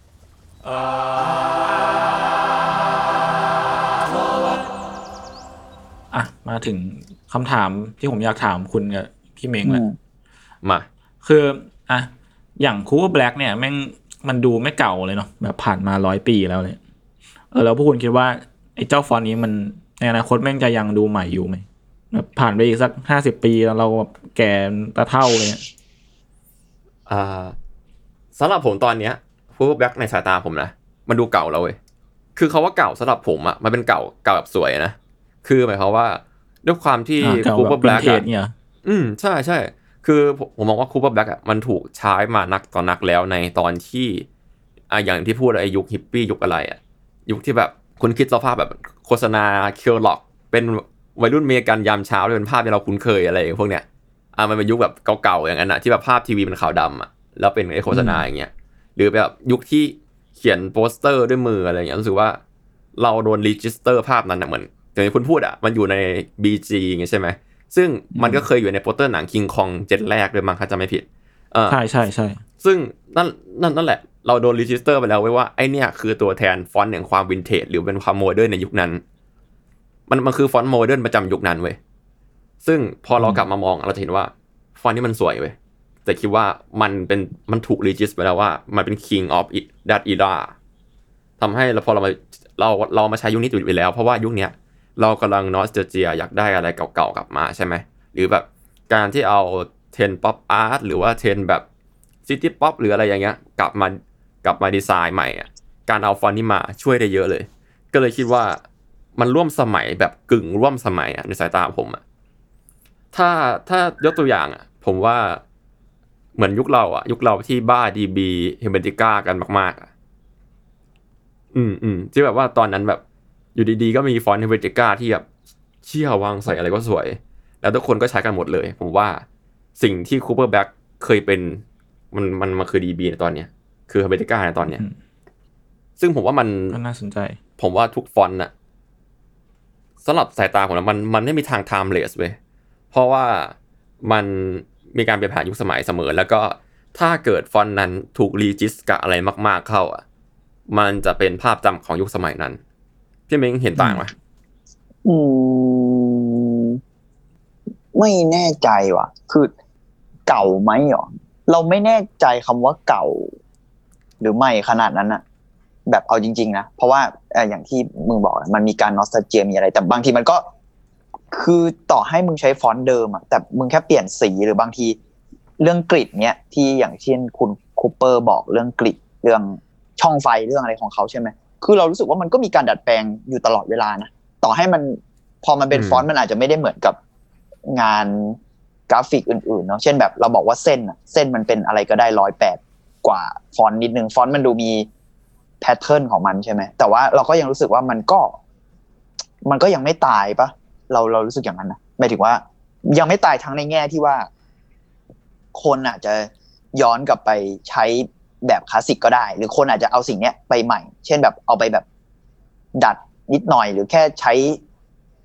มาถึงคำถามที่ผมอยากถามคุณกับพี่เม้งแหละมาคืออย่างคูเปอร์แบล็กเนี่ยแม่งมันดูไม่เก่าเลยเนาะแบบผ่านมา100 ปีแล้วเลยแล้วพวกคุณคิดว่าไอ้เจ้าฟอนต์นี้มันในอนาคตแม่งจะยังดูใหม่อยู่ไหมแบบผ่านไปอีกสัก50 ปีแล้วเราแบบแก่ตาเท่าเลยเนี่ยสำหรับผมตอนเนี้ยคูเปอร์แบล็กในสายตาผมนะมันดูเก่าแล้วเว้ยคือเขาว่าเก่าสำหรับผมอ่ะมันเป็นเก่าแบบสวยนะคือหมายความว่าด้วยความที่คูเปอร์แบล็กเนี่ยใช่คือผมมองว่าคูเปอร์แบล็กอ่ะมันถูกใช้มานักต่อนักแล้วในตอนที่อย่างที่พูดไอ้ยุคฮิปปี้ยุคอะไรอ่ะยุคที่แบบคุณคิดสภาพแบบโฆษณาเคียวล็อกเป็นวัยรุ่นเมกันยามเช้าเป็นภาพที่เราคุ้นเคยอะไรพวกเนี้ยมันเป็นยุคแบบเก่าๆอย่างนั้นอ่ะที่แบบภาพทีวีเป็นขาวดำอ่ะแล้วเป็นไอ้โฆษณาอย่างเงี้ยหรือแบบยุคที่เขียนโปสเตอร์ด้วยมืออะไรอย่างเงี้ยรู้สึกว่าเราโดนรีจิสเตอร์ภาพนั้นนะเหมือนอย่างที่คุณพูดอ่ะมันอยู่ใน BG อย่างเงี้ยใช่ไหมซึ่งมันก็เคยอยู่ในโปสเตอร์หนัง King Kong เจนแรกด้วยมั้งถ้าจำไม่ผิดใช่ซึ่งนั่นแหละเราโดนรีจิสเตอร์ไปแล้วไว้ว่าไอเนี่ยคือตัวแทนฟอนต์แห่งความวินเทจหรือเป็นความโมเดิร์นในยุคนั้นมันคือฟอนต์โมเดิร์นประจำยุคนั้นเว้ยซึ่งพอเรากลับมามองเราจะเห็นว่าฟอนต์นี้มันสวยเว้ยแต่คิดว่ามันถูกรีจิสไปแล้วว่ามันเป็น King of that era ทำให้พอเรามาใช้ยุคนี้อยู่แล้วเพราะว่ายุคเนี้ยเรากำลังนอสเตลเจียอยากได้อะไรเก่าๆกลับมาใช่ไหมหรือแบบการที่เอาเทรนด์ป๊อปอาร์ตหรือว่าเทรนด์แบบซิตี้ป๊อปหรืออะไรอย่างเงี้ยกลับมาดีไซน์ใหม่อ่ะการเอาฟอนต์นี้มาช่วยได้เยอะเลยก็เลยคิดว่ามันร่วมสมัยแบบกึ่งร่วมสมัยอ่ะในสายตาผมอ่ะถ้ายกตัวอย่างอ่ะผมว่าเหมือนยุคเราที่บ้า DB Helvetica กันมากๆที่แบบว่าตอนนั้นแบบอยู่ดีๆก็มีฟอนต์ Helvetica ที่แบบเชี่ยวางใส่อะไรก็สวยแล้วทุกคนก็ใช้กันหมดเลยผมว่าสิ่งที่ Cooper Black เคยเป็นมันคือ DB ในตอนเนี้ยคือ Helvetica ในตอนเนี้ยซึ่งผมว่ามันน่าสนใจผมว่าทุกฟอนต์น่ะสำหรับสายตาผมมันไม่มีทาง timeless เว้ยเพราะว่ามันมีการเปลี่ยนผ่านยุคสมัยเสมอแล้วก็ถ้าเกิดฟอนต์นั้นถูกรีจิสกับอะไรมากๆเข้าอ่ะมันจะเป็นภาพจำของยุคสมัยนั้นพี่เม้งเห็นต่างไหมไม่แน่ใจว่ะคือเก่าไหมหรอเราไม่แน่ใจคำว่าเก่าหรือไม่ขนาดนั้นอะแบบเอาจริงๆนะเพราะว่าอย่างที่มึงบอกมันมีการนอสตาเจียมีอะไรแต่บางทีมันก็คือต่อให้มึงใช้ฟอนต์เดิมอะแต่มึงแค่เปลี่ยนสีหรือบางทีเรื่องกริดเนี้ยที่อย่างเช่นคุณคูเปอร์บอกเรื่องกริดเรื่องช่องไฟเรื่องอะไรของเขาใช่ไหมคือเรารู้สึกว่ามันก็มีการดัดแปลงอยู่ตลอดเวลานะต่อให้มันพอมันเป็นฟอนต์มันอาจจะไม่ได้เหมือนกับงานกราฟิกอื่นๆเนาะเช่นแบบเราบอกว่าเส้นมันเป็นอะไรก็ได้108กว่าฟอนต์นิดนึงฟอนต์มันดูมีแพทเทิร์นของมันใช่ไหมแต่ว่าเราก็ยังรู้สึกว่ามันก็ยังไม่ตายปะเรารู้สึกอย่างนั้นนะหมายถึงว่ายังไม่ตายทั้งในแง่ที่ว่าคนอาจจะย้อนกลับไปใช้แบบคลาสสิกก็ได้หรือคนอาจจะเอาสิ่งเนี้ยไปใหม่เช่นแบบเอาไปแบบดัดนิดหน่อยหรือแค่ใช้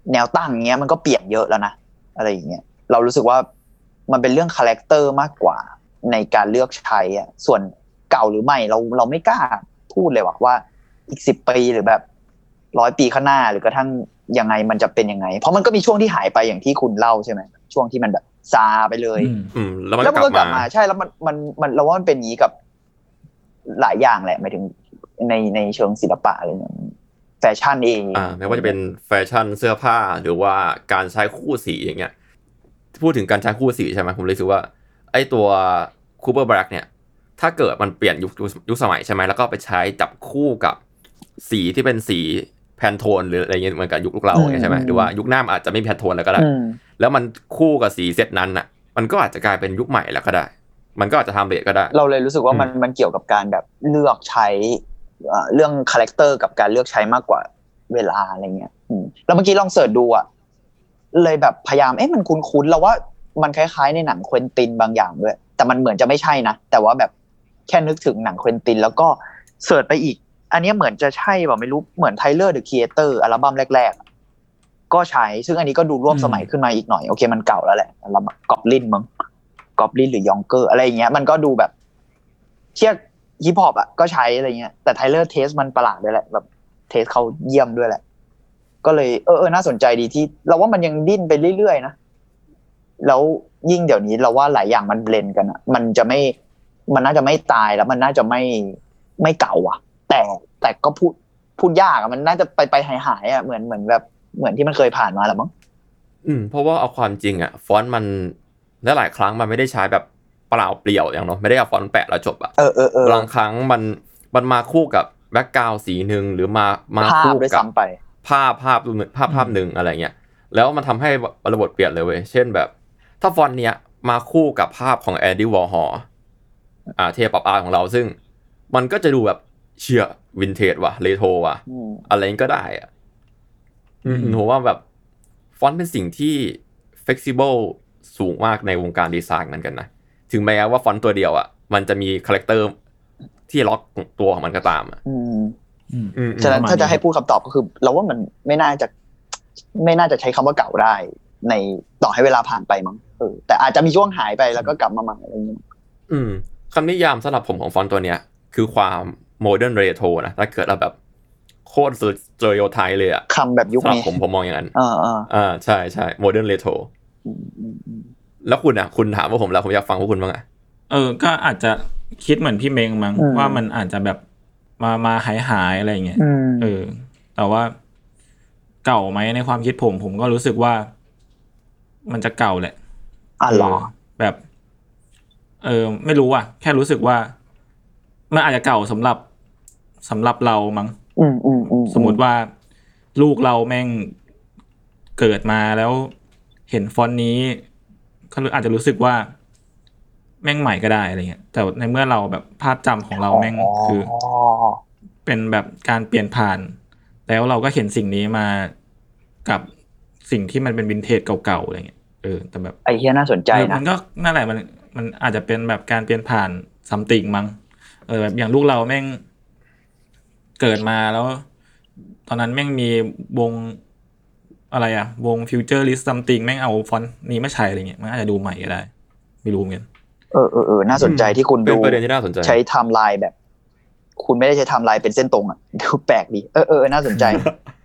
แนวตั้งเงี้ยมันก็เปลี่ยนเยอะแล้วนะอะไรอย่างเงี้ยเรารู้สึกว่ามันเป็นเรื่องคาแรคเตอร์มากกว่าในการเลือกใช้อ่ะส่วนเก่าหรือไม่เราไม่กล้าพูดเลยว่าอีก10 ปีหรือแบบ100 ปีข้างหน้าหรือกระทั่งยังไงมันจะเป็นยังไงเพราะมันก็มีช่วงที่หายไปอย่างที่คุณเล่าใช่ไหมช่วงที่มันแบบซาไปเลยแล้วมันก็กลับมาใช่แล้วมันเราว่ามันเป็นอย่างนี้กับหลายอย่างแหละหมายถึงในเชิงศิลปะอะไรอย่างแฟชั่นเองไม่ว่าจะเป็นแฟชั่นเสื้อผ้าหรือว่าการใช้คู่สีอย่างเงี้ยพูดถึงการใช้คู่สีใช่ไหมผมเลยรู้สึกว่าไอ้ตัวคูเปอร์แบล็กเนี่ยถ้าเกิดมันเปลี่ยนยุคสมัยใช่ไหมแล้วก็ไปใช้จับคู่กับสีที่เป็นสีแพนโทนหรืออะไรเงี้ยเหมือนกับยุคเราใช่ไหมหรือว่ายุคหน้าอาจจะไม่แพนโทนแล้วก็ได้แล้วมันคู่กับสีเซตนั้นน่ะมันก็อาจจะกลายเป็นยุคใหม่แล้วก็ได้มันก็อาจจะทำเลทก็ได้เราเลยรู้สึกว่ามันเกี่ยวกับการแบบเลือกใช้เรื่องคาแรคเตอร์กับการเลือกใช้มากกว่าเวลาอะไรเงี้ยแล้วเมื่อกี้ลองเสิร์ชดูเลยแบบพยายามมันคุ้นๆเราว่ามันคล้ายๆในหนังเควินตินบางอย่างด้วยแต่มันเหมือนจะไม่ใช่นะแต่ว่าแบบแค่นึกถึงหนังเควินตินแล้วก็เสิร์ชไปอีกอันนี้เหมือนจะใช่ป่ะไม่รู้เหมือนไทเลอร์เดอะครีเอเตอร์อัลบั้มแรกๆก็ใช้ซึ่งอันนี้ก็ดูร่วมสมัยขึ้นมาอีกหน่อยโอเคมันเก่าแล้วแหละอัลบั้มกอบลินมั้งกอบลินหรือยองเกอร์อะไรอย่างเงี้ยมันก็ดูแบบเทียบฮิปฮอปก็ใช้อะไรเงี้ยแต่ไทเลอร์เทสมันประหลาดด้วยแหละแบบเทสเขาเยี่ยมด้วยแหละก็เลยน่าสนใจดีที่เราว่ามันยังดิ้นไปเรื่อยๆนะแล้วยิ่งเดี๋ยวนี้เราว่าหลายอย่างมันเบลนด์กันมันน่าจะไม่ตายแล้วมันน่าจะไม่เก่าแต่ก็พูดยากมันน่าจะไปหายเหมือนแบบเหมือนที่มันเคยผ่านมาแล้วมั้งเพราะว่าเอาความจริงฟอนต์มันหลายครั้งมันไม่ได้ใช้แบบเปล่าเปลี่ยวอย่างเนาะไม่ได้เอาฟอนต์แปะแล้วจบบางครั้งมันมาคู่กับแบ็คกราวด์สีนึงหรือมาคู่กับภาพนึงอะไรเงี้ยแล้วมันทำให้ระบบเปลี่ยนเลยเว้ยเช่นแบบถ้าฟอนต์เนี้ยมาคู่กับภาพของแอนดี้วอร์ฮอลเทปป๊อปอาร์ตของเราซึ่งมันก็จะดูแบบเชื่อวินเทจว่ะเรโทรว่ะอะไรก็ได้ผมว่าแบบฟอนต์เป็นสิ่งที่เฟล็กซิเบิลสูงมากในวงการดีไซน์เหมือนกันนะถึงแม้ว่าฟอนต์ตัวเดียวมันจะมีคาแรคเตอร์ที่ล็อกตัวของมันก็ตามฉะนั้นถ้าจะให้พูดคำตอบก็คือเราว่ามันไม่น่าจะใช้คำว่าเก่าได้ในต่อให้เวลาผ่านไปมั้งแต่อาจจะมีช่วงหายไปแล้วก็กลับมาใหม่อะไรอย่างเงี้ยคำนิยามสำหรับผมของฟอนต์ตัวเนี้ยคือความโมเดิร์นเรโทรนะถ้าเกิดเราแบบโคตรสเตอริโอไทป์เลยคำแบบยุคนี้ผมมองอย่างนั้นใช่โมเดิร์นเรโทรแล้วคุณถามว่าผมแล้วผมอยากฟังพวกคุณบ้างก็อาจจะคิดเหมือนพี่เมงมั้งว่ามันอาจจะแบบมาหายอะไรเงี้ยแต่ว่าเก่าไหมในความคิดผมก็รู้สึกว่ามันจะเก่าแหละหรอแบบไม่รู้แค่รู้สึกว่ามันอาจจะเก่าสำหรับเรามั้งสมมติว่าลูกเราแม่งเกิดมาแล้วเห็นฟอนต์นี้ก็อาจจะรู้สึกว่าแม่งใหม่ก็ได้อะไรเงี้ยแต่ในเมื่อเราแบบภาพจำของเราแม่งคือเป็นแบบการเปลี่ยนผ่านแล้วเราก็เห็นสิ่งนี้มากับสิ่งที่มันเป็นวินเทจเก่าๆอะไรเงี้ยแต่แบบไอ้เหี้ยน่าสนใจนะมันก็นั่นแหละมันอาจจะเป็นแบบการเปลี่ยนผ่านซัมติงมั้งแบบอย่างลูกเราแม่งเกิดมาแล้วตอนนั้นแม่งมีวงอะไรวง Futurist Something แม่งเอาฟอนต์นี้มาใช้อะไรเงี้ยมันอาจจะดูใหม่ก็ได้ไม่รู้เหมือนกันน่าสนใจที่คุณดูเป็นประเด็นที่น่าสนใจใช้ไทม์ไลน์แบบคุณไม่ได้ใช้ไทม์ไลน์เป็นเส้นตรงดูแปลกดีน่าสนใจ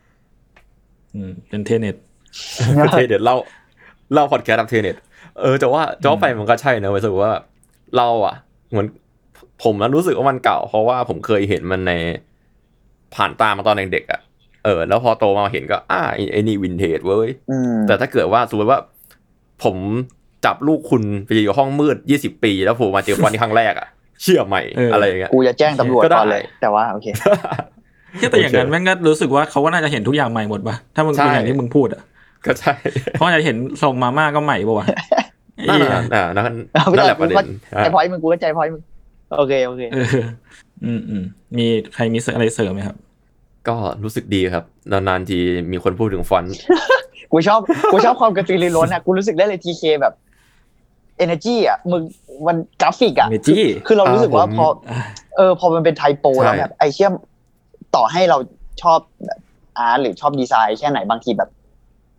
เป็นเทเน็ตเล่าพอดแคสต์กับเทเน็ตแต่ว่าจ้อไปมันก็ใช่นะรู้สึกว่าเราเหมือนผมนั้นรู้สึกว่ามันเก่าเพราะว่าผมเคยเห็นมันในผ่านตามาตอนเด็กๆแล้วพอโตมาเห็นก็ไอ้นี่วินเทจเว้ยแต่ถ้าเกิดว่าสมมติว่าผมจับลูกคุณไปอยู่ห้องมืด20 ปีแล้วผมมาเจอวันที่ครั้งแรกเชื่อใหม่อะไรอย่างเงี้ยกูจะแจ้งตำรวจก่อนเลยแต่ว่าโอเคแต่อย่างนั้นแม่งก็รู้สึกว่าเขาก็น่าจะเห็นทุกอย่างใหม่หมดป่ะถ้ามึงเป็นอย่างที่มึงพูดก็ใช่เพราะจะเห็นส่งมาม่าก็ใหม่ป่ะวะนั่นแหละประเด็นไอ้พอยมึงกูก็ใจพอยมึงโอเคมีใครมีอะไรเสริมไหมครับก็รู้สึกดีครับนานๆทีมีคนพูดถึงฟอนต์กูชอบความกระตือรือร้นกูรู้สึกได้เลย TK แบบ energy มึงมันกราฟิกคือเรารู้สึกว่าพอมันเป็นไทโปแล้วแบบไอ้เชี่ยต่อให้เราชอบแบบอาร์ตหรือชอบดีไซน์แค่ไหนบางทีแบบ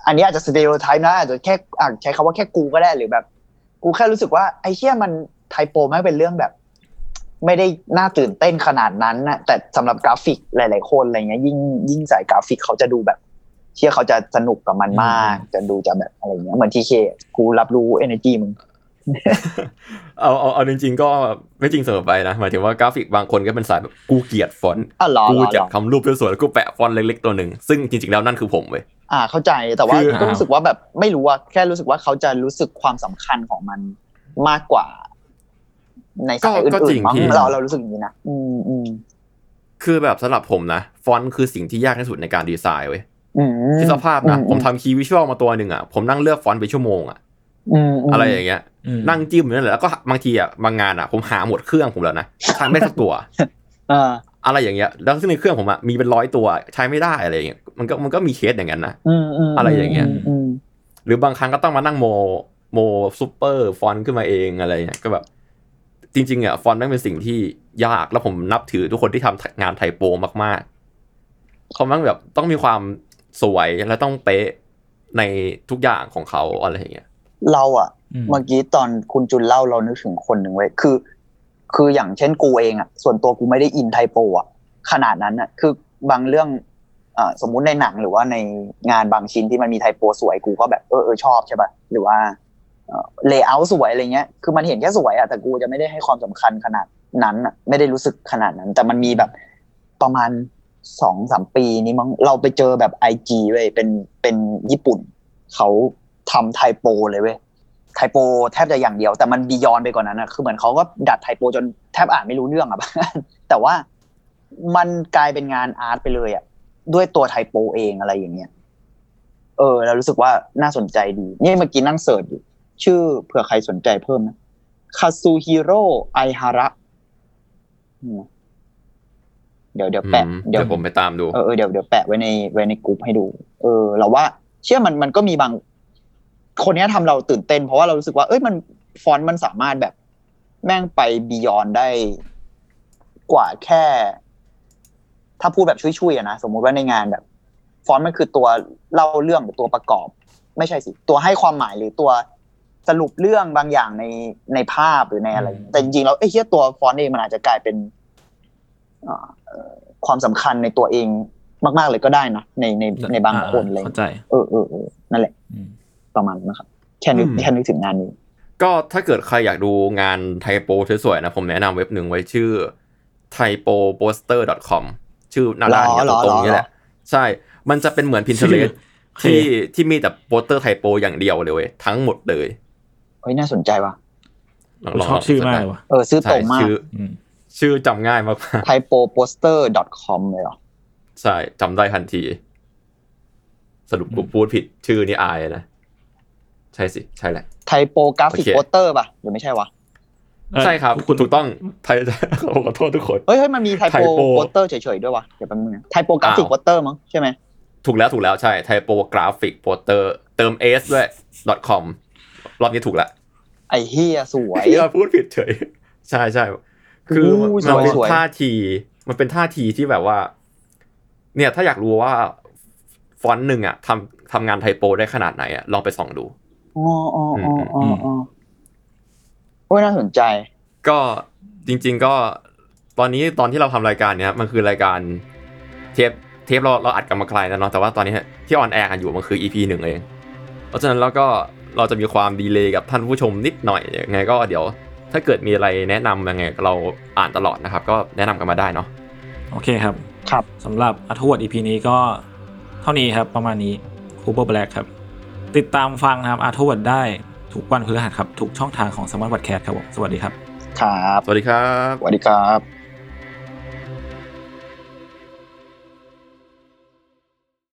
อันนี้อาจจะสเตอริโอไทป์นะอาจจะแค่ใช้คำว่าแค่กูก็ได้หรือแบบกูแค่รู้สึกว่าไอ้เหี้ยมันไทโปไม่เป็นเรื่องแบบไม่ได้น่าตื่นเต้นขนาดนั้นนะแต่สำหรับกราฟิกหลายๆคนอะไรเงี้ยยิ่งสายกราฟิกเขาจะดูแบบเชื่อเขาจะสนุกกับมันมากจะดูจะแบบอะไรเงี้ยเหมือนทีเคกูรับรู้ energy มึงเอาจริงๆก็ไม่จริงเสมอไปนะหมายถึงว่ากราฟิกบางคนก็เป็นสายแบบกูเกลียดฟอนต์กูจะทำรูปสวยๆแล้วกูแปะฟอนต์เล็กๆตัวนึงซึ่งจริงๆแล้วนั่นคือผมเว้ยเข้าใจแต่ว่าก็รู้สึกว่าแบบไม่รู้ว่าแค่รู้สึกว่าเขาจะรู้สึกความสำคัญของมันมากกว่าในสายอื่นๆมั้งเรารู้สึกอย่างนี้นะคือแบบสำหรับผมนะฟอนต์คือสิ่งที่ยากที่สุดในการดีไซน์เว้ยที่สภาพนะผมทำคีย์วิชวลมาตัวนึงอ่ะผมนั่งเลือกฟอนต์ไปชั่วโมงอ่ะอะไรอย่างเงี้ยนั่งจิ้มนั่นแหละแล้วก็บางทีอ่ะบางงานอ่ะผมหาหมดเครื่องผมแล้วนะใช้ไม่สักตัวอะไรอย่างเงี้ยแล้วซึ่งในเครื่องผมอ่ะมีเป็น100ตัวใช้ไม่ได้อะไรอย่างเงี้ยมันก็มีเคสอย่างนั้นนะอะไรอย่างเงี้ยหรือบางครั้งก็ต้องมานั่งโมซุปเปอร์ฟอนต์ขึ้นมาเองอะไรเงี้ยก็แบบจริงๆอ่ะฟอนต์นั่นเป็นสิ่งที่ยากแล้วผมนับถือทุกคนที่ทำงานไทโปมากๆเขาแบบต้องมีความสวยและต้องเป๊ะในทุกอย่างของเขาอะไรอย่างเงี้ยเราอ่ะเมื่อกี้ตอนคุณจุนเล่าเรานึกถึงคนหนึ่งไว้คืออย่างเช่นกูเองอ่ะส่วนตัวกูไม่ได้อินไทโปอ่ะขนาดนั้นอ่ะคือบางเรื่องสมมุติในหนังหรือว่าในงานบางชิ้นที่มันมีไทโปสวยกูก็แบบชอบใช่ป่ะหรือว่าเลเยอร์สวยอะไรเงี้ยคือมันเห็นแค่สวยอ่ะแต่กูจะไม่ได้ให้ความสำคัญขนาดนั้นอ่ะไม่ได้รู้สึกขนาดนั้นแต่มันมีแบบประมาณ 2-3 ปีนี้มั้งเราไปเจอแบบ IG เว้ยเป็นญี่ปุ่นเขาทำไทโปเลยเว้ยไทโปแทบจะอย่างเดียวแต่มันบียอนไปกว่านั้นนะคือเหมือนเขาก็ดัดไทโปจนแทบอ่านไม่รู้เรื่องอ่ะ แต่ว่ามันกลายเป็นงานอาร์ตไปเลยอ่ะด้วยตัวไทโปเองอะไรอย่างเงี้ยเรารู้สึกว่าน่าสนใจดีนี่เมื่อกี้นั่งเสิร์ชอยู่ชื่อเผื่อใครสนใจเพิ่มนะคาซูฮิโร่ไอฮาระเดี๋ยวแปะเดี๋ยวผมไปตามดูเดี๋ยวแปะไว้ในกลุ่มให้ดูเราว่าเชื่อมันก็มีบางคนนี้ทำเราตื่นเต้นเพราะว่าเรารู้สึกว่ามันฟอนต์มันสามารถแบบแม่งไปบียอนได้กว่าแค่ถ้าพูดแบบช่วยๆนะสมมุติว่าในงานแบบฟอนต์มันคือตัวเล่าเรื่องหรือตัวประกอบไม่ใช่สิตัวให้ความหมายหรือตัวสรุปเรื่องบางอย่างในภาพหรือในอะไรแต่จริงๆแล้วเหี้ยตัวฟอนต์เองมันอาจจะกลายเป็นความสำคัญในตัวเองมากๆเลยก็ได้นะในบางคนเลยเข้าใจนั่นแหละประมาณนั้นนะครับแค่นึกถึงงานนี้ก็ถ้าเกิดใครอยากดูงานไทโปสวยๆนะผมแนะนำเว็บหนึ่งไว้ชื่อ thaipoposter.com ชื่อนาราเนี่ยตรงนี้แหละใช่มันจะเป็นเหมือน Pinterest ที่มีแต่โปสเตอร์ไทโปอย่างเดียวเลยเว้ยทั้งหมดเลยน่าสนใจว่ะชอบชื่อมากว่ะชื่อตรงมากชื่อจำง่ายมาก thaipoposter.com เลยเหรอใช่จำได้ทันทีสรุปกูพูดผิดชื่อนี่อายนะใช่สิใช่แหละไทโปกราฟิกโปสเตอร์ป่ะหรือไม่ใช่วะใช่ครับถูกต้องไทยขอโทษทุกคนเฮ้ยมันมีไทโปโปสเตอร์เฉยๆด้วยวะเดี๋ยวแป๊บนึงนะไทโปกราฟิกโปสเตอร์มั้งใช่ไหมถูกแล้วใช่ไทโปกราฟิกโปสเตอร์เติม s ด้วย .com รอบนี้ถูกละไอ้เหี้ยสวยพูดผิดเฉยใช่คือมันเป็นท่าทีที่แบบว่าเนี่ยถ้าอยากรู้ว่าฟอนต์นึงอ่ะทำงานไทโปได้ขนาดไหนอ่ะลองไปส่องดูน่าสนใจก็จริงๆก็ตอนที่เราทำรายการเนี้ยมันคือรายการเทปเราอัดกันมาไกลแล้วเนาะแต่ว่าตอนนี้ที่ออนแอร์กันอยู่มันคือ EP 1เองเพราะฉะนั้นเราจะมีความดีเลย์กับท่านผู้ชมนิดหน่อยยังไงก็เดี๋ยวถ้าเกิดมีอะไรแนะนำยังไงเราอ่านตลอดนะครับก็แนะนำกันมาได้เนาะโอเคครับสำหรับอัธวัต EP นี้ก็เท่านี้ครับประมาณนี้คูเปอร์แบล็คครับติดตามฟังนะครับอัธวัตได้ทุกวันพฤหัสครับทุกช่องทางของ Smart Podcast ครับผมสวัสดีครับสวัสดีครับสวัสดีครับ